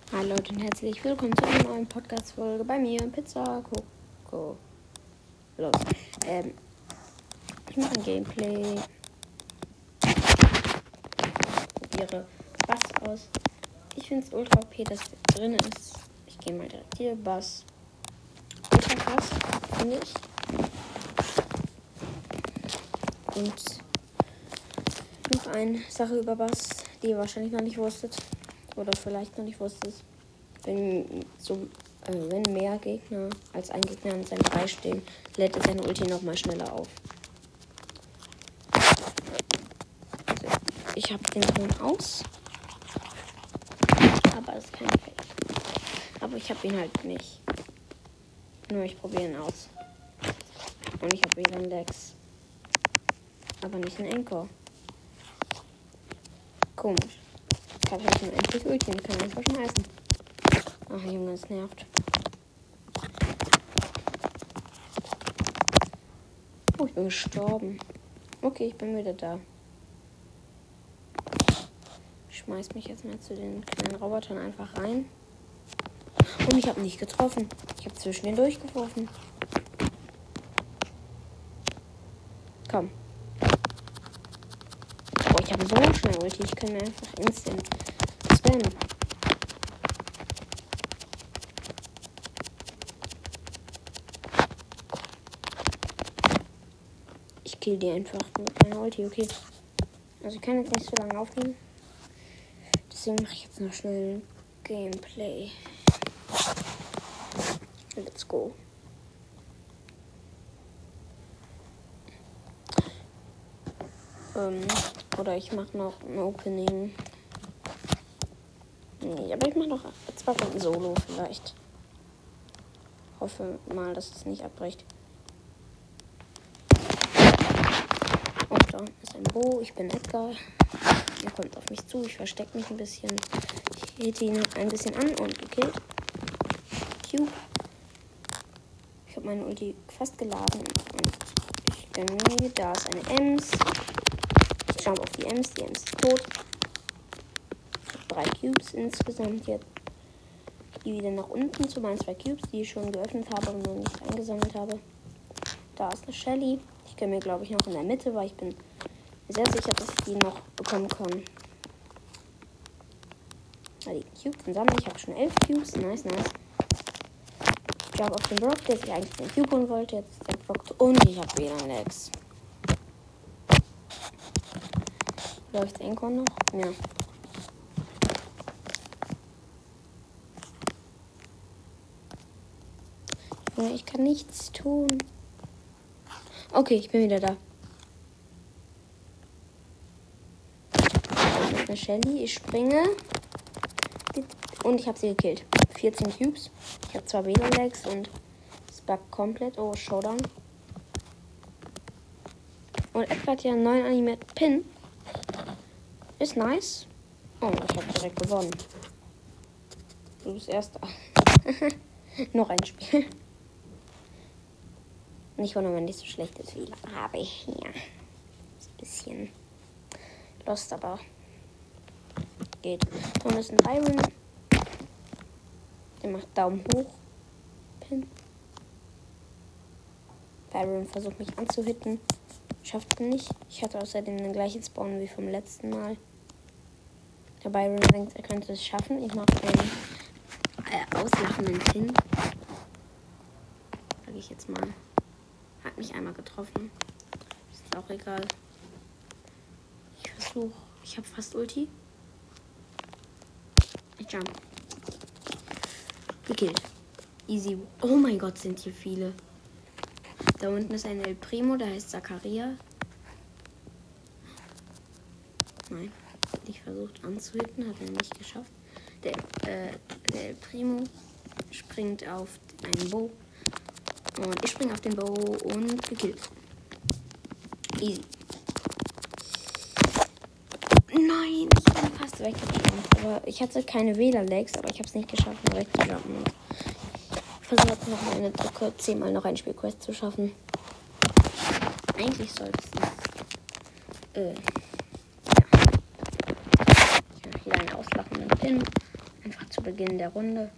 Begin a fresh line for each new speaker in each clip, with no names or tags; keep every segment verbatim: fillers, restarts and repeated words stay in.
Hallo Leute und herzlich willkommen zu einer neuen Podcast-Folge bei mir, Pizza Coco. Los. Ähm, ich mache ein Gameplay. Probiere Bass aus. Ich finde es ultra okay, dass der drin ist. Ich gehe mal direkt hier. Bass. Ultra krass, finde ich. Und noch eine Sache über Bass, die ihr wahrscheinlich noch nicht wusstet. Oder vielleicht noch nicht wusstet. Wenn, so, äh, wenn mehr Gegner als ein Gegner in seinem Bereich stehen, lädt es seine Ulti nochmal schneller auf. Also, ich habe den Ton aus. Aber es ist kein Fake. Aber ich habe ihn halt nicht. Nur ich probiere ihn aus. Und ich habe wieder einen Lex. Aber nicht einen Anchor. Komisch. Ich habe halt ein endlich Ulti und kann einfach schmeißen. Ach Junge, es nervt. Oh, ich bin gestorben. Okay, ich bin wieder da. Ich schmeiß mich jetzt mal zu den kleinen Robotern einfach rein. Und ich habe nicht getroffen. Ich habe zwischen den durchgeworfen. Komm. Oh, ich habe so schnell Ulti. Ich kann mir einfach instant spammen. Ich kill die einfach mit meiner Ulti, okay. Also ich kann jetzt nicht so lange aufnehmen. Deswegen mache ich jetzt noch schnell ein Gameplay. Let's go. Ähm, oder ich mache noch ein Opening. Nee, aber ich mache noch zwei Runden Solo vielleicht. Hoffe mal, dass es nicht abbricht. Und da ist ein Bo, ich bin Edgar. Er kommt auf mich zu, ich verstecke mich ein bisschen. Ich hitte ihn ein bisschen an und gekillt. Q. Ich habe meine Ulti fast geladen und ich gönne mir. Da ist eine Ems. Ich jump auf die Ems, die Ems ist tot. Ich habe drei Cubes insgesamt jetzt. Die wieder nach unten zu meinen zwei Cubes, die ich schon geöffnet habe und noch nicht eingesammelt habe. Da ist eine Shelly. Ich kann mir, glaube ich, noch in der Mitte, weil ich bin sehr sicher, dass ich die noch bekommen kann. Da liegt ein Cube, den sammle ich. Ich habe schon elf Cubes. Nice, nice. Ich glaube auf den Brock, der sich eigentlich den Cube holen wollte. Jetzt ist der Brock und ich habe wieder einen Lex. Läuft der Anchor noch? Ja. Ich kann nichts tun. Okay, ich bin wieder da. Das ist eine Shelly. Ich springe. Und ich habe sie gekillt. vierzehn Cubes. Ich habe zwei Wähler-Legs und es buggt komplett. Oh, Showdown. Und Edgar hat ja einen neuen animierten Pin. Ist nice. Oh, ich habe direkt gewonnen. Du bist Erster. Noch ein Spiel. Nicht wundern, wenn nicht so schlecht ist wie habe ich hier. Ist ein bisschen lost, aber geht. Und das ist ein Byron. Der macht Daumen hoch. Pin. Byron versucht mich anzuhitten. Schafft es nicht. Ich hatte außerdem den gleichen Spawn wie vom letzten Mal. Der Byron denkt, er könnte es schaffen. Ich mache einen äh, auslachenden Pin. Sag ich jetzt mal. Hat mich einmal getroffen. Ist auch egal. Ich versuche. Ich habe fast Ulti. Ich jump. Gekillt. Easy. Oh mein Gott, sind hier viele. Da unten ist ein El Primo, der heißt Zakaria. Nein. Ich versucht anzuhitten, hat er nicht geschafft. Der, äh, der El Primo springt auf einen Bo. Und ich springe auf den Bow und gekillt. Easy. Nein, ich bin fast weggejumpt. Aber ich hatte keine Wähler-Legs, aber ich habe es nicht geschafft, wegzujumpen. Ich versuche jetzt noch eine Drücke, zehnmal noch ein Spielquest zu schaffen. Eigentlich soll es. Äh. Ja. Ich mache hier einen auslachenden Pin. Einfach zu zu Beginn der Runde.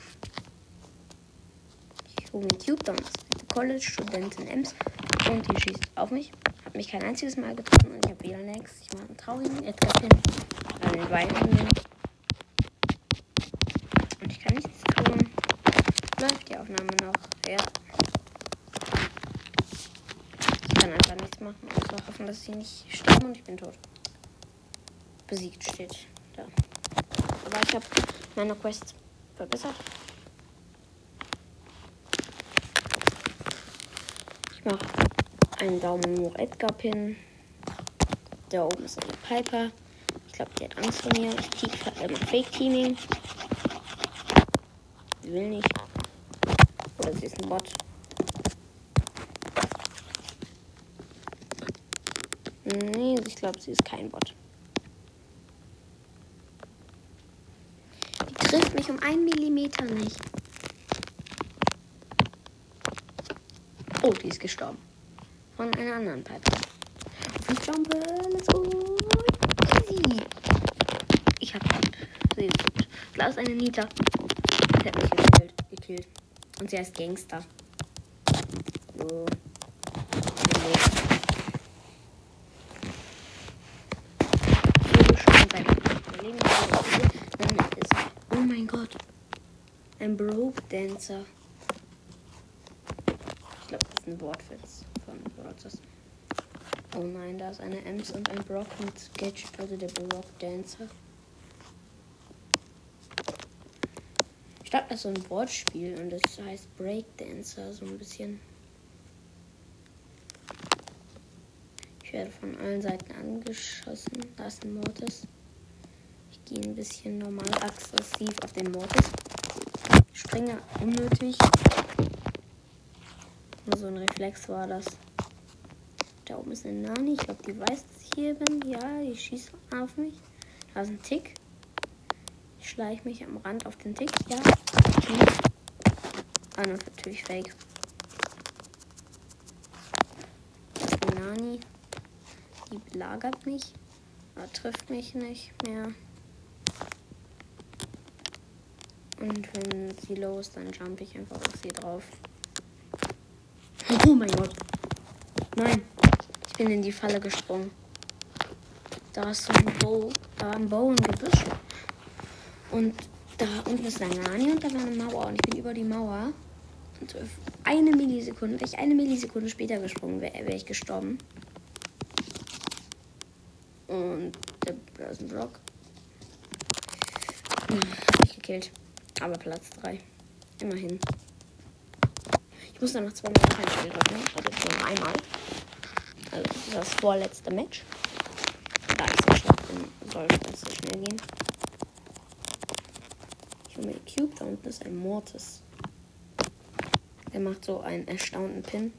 Ich hole mir Cube, dann ist die College-Studentin Ems und die schießt auf mich. Hat mich kein einziges Mal getroffen und ich habe wieder Next. Ich mache einen traurigen Edgar-Pin an den Beinen. Und ich kann nichts tun. Läuft die Aufnahme noch? Ja. Ich kann einfach nichts machen. Also hoffen, dass sie nicht sterben und ich bin tot. Besiegt steht da. Aber ich habe meine Quest verbessert. Ich mache einen Daumen hoch Edgar-Pin. Da oben ist eine Piper. Ich glaube, die hat Angst vor mir. Ich äh, mache Fake-Teaming. Sie will nicht. Oder sie ist ein Bot. Nee, ich glaube, sie ist kein Bot. Die trifft mich um einen Millimeter nicht. Oh, die ist gestorben. Von einer anderen Piper. Ich jumpe. Let's go. Easy. Ich hab sie ist gut. Da ist eine Nita. Die hat mich gekillt. gekillt. Und sie heißt Gangster. So. Oh mein Gott. Ein Broke Dancer. Ich glaube, das ist ein Wortwitz von Brothers. Oh nein, da ist eine Ems und ein Brock mit Sketch, also der Brock Dancer. Ich glaube, das ist so ein Wortspiel und das heißt Breakdancer, so ein bisschen. Ich werde von allen Seiten angeschossen. Da ist ein Mortis. Ich gehe ein bisschen normal aggressiv auf den Mortis. Springe unnötig. Nur so ein Reflex war das. Da oben ist eine Nani. Ich glaube, die weiß, dass ich hier bin. Ja, die schießt auf mich. Da ist ein Tick. Ich schleiche mich am Rand auf den Tick. Ja. Ah, natürlich fake. Das ist eine Nani. Die belagert mich. Aber trifft mich nicht mehr. Und wenn sie low ist, dann jump ich einfach auf sie drauf. Oh mein Gott. Nein. Ich bin in die Falle gesprungen. Da ist so ein Bow. Da war ein Bow im Gebüsch. Und da unten ist eine Nani und da war eine Mauer. Und ich bin über die Mauer. Und eine Millisekunde, wäre ich eine Millisekunde später gesprungen, wäre wär ich gestorben. Und der Börsenblock. Hab ich gekillt. Aber Platz drei. Immerhin. Ich muss dann noch zweimal kein Spiel drücken. Also nur einmal. Also das ist das vorletzte Match. Da ich so schlecht bin, soll das so schnell gehen. Ich hole mir die Cube. Da unten ist ein Mortis. Der macht so einen erstaunten Pin.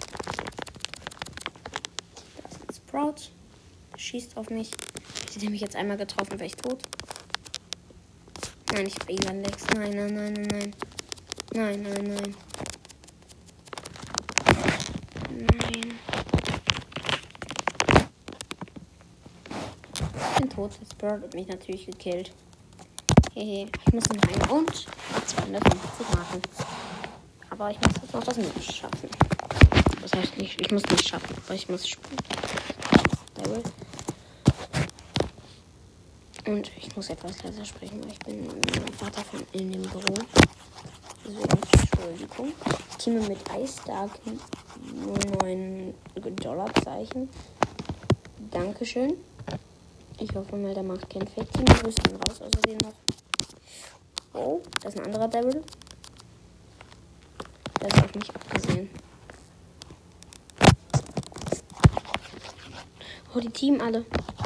Da ist ein Sprout. Der schießt auf mich. Ich habe mich jetzt einmal getroffen, wäre ich tot. Nein, ich habe Elan Lex. Nein, nein, nein, nein, nein. Nein, nein, nein. Nein. Ich bin tot. Das Bird hat mich natürlich gekillt. Hehe. Ich muss noch rein und zweihundertfünfzig Marken. Aber ich muss jetzt noch das nicht schaffen. Das heißt nicht, ich muss nicht schaffen, aber ich muss spielen. Und ich muss etwas leiser sprechen, weil ich bin mit meinem Vater von in dem Büro. Deswegen Entschuldigung. Ich teame mit Ice Dark null neun Dollarzeichen. Dankeschön. Ich hoffe mal, der macht kein Fake-Team. Wir rüsten raus, außerdem noch. Oh, da ist ein anderer Devil. Der ist auf mich abgesehen. Oh, die Team alle.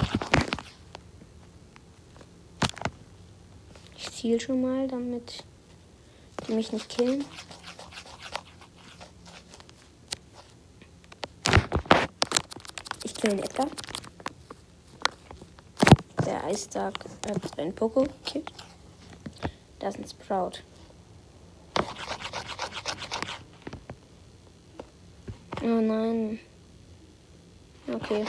Ich ziel schon mal, damit die mich nicht killen. Ich kill den Edgar. Der Eisdark hat einen Poco gekillt. Da ist ein Sprout. Oh nein. Okay.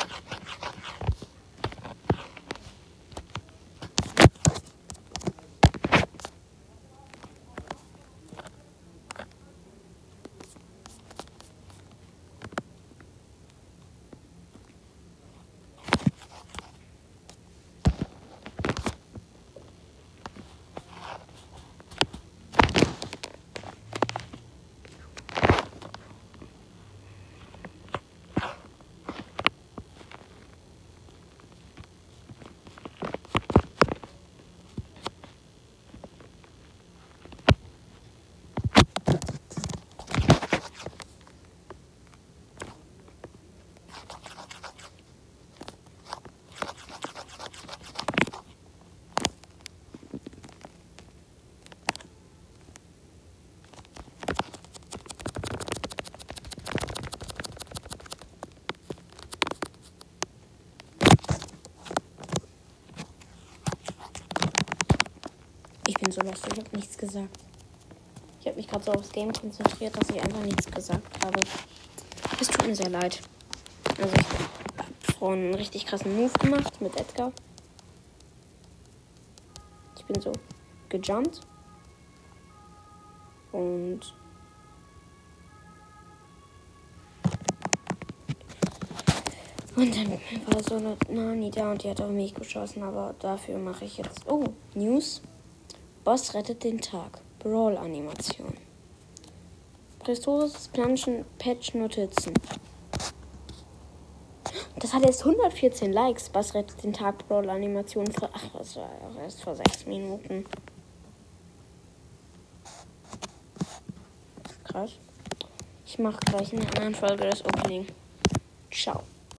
so lustig. Ich habe nichts gesagt. Ich habe mich gerade so aufs Game konzentriert, dass ich einfach nichts gesagt habe. Es tut mir sehr leid. Also ich habe vorhin einen richtig krassen Move gemacht mit Edgar. Ich bin so gejumpt. Und Und dann war so eine Nani da und die hat auf mich geschossen, aber dafür mache ich jetzt... Oh, News. Boss rettet den Tag. Brawl-Animation. Prähistorisches Planschen, Patch-Notizen. Das hat jetzt hundertvierzehn Likes. Boss rettet den Tag. Brawl-Animation. Ach, das war auch erst vor sechs Minuten. Krass. Ich mache gleich in einer anderen Folge das Opening. Ciao.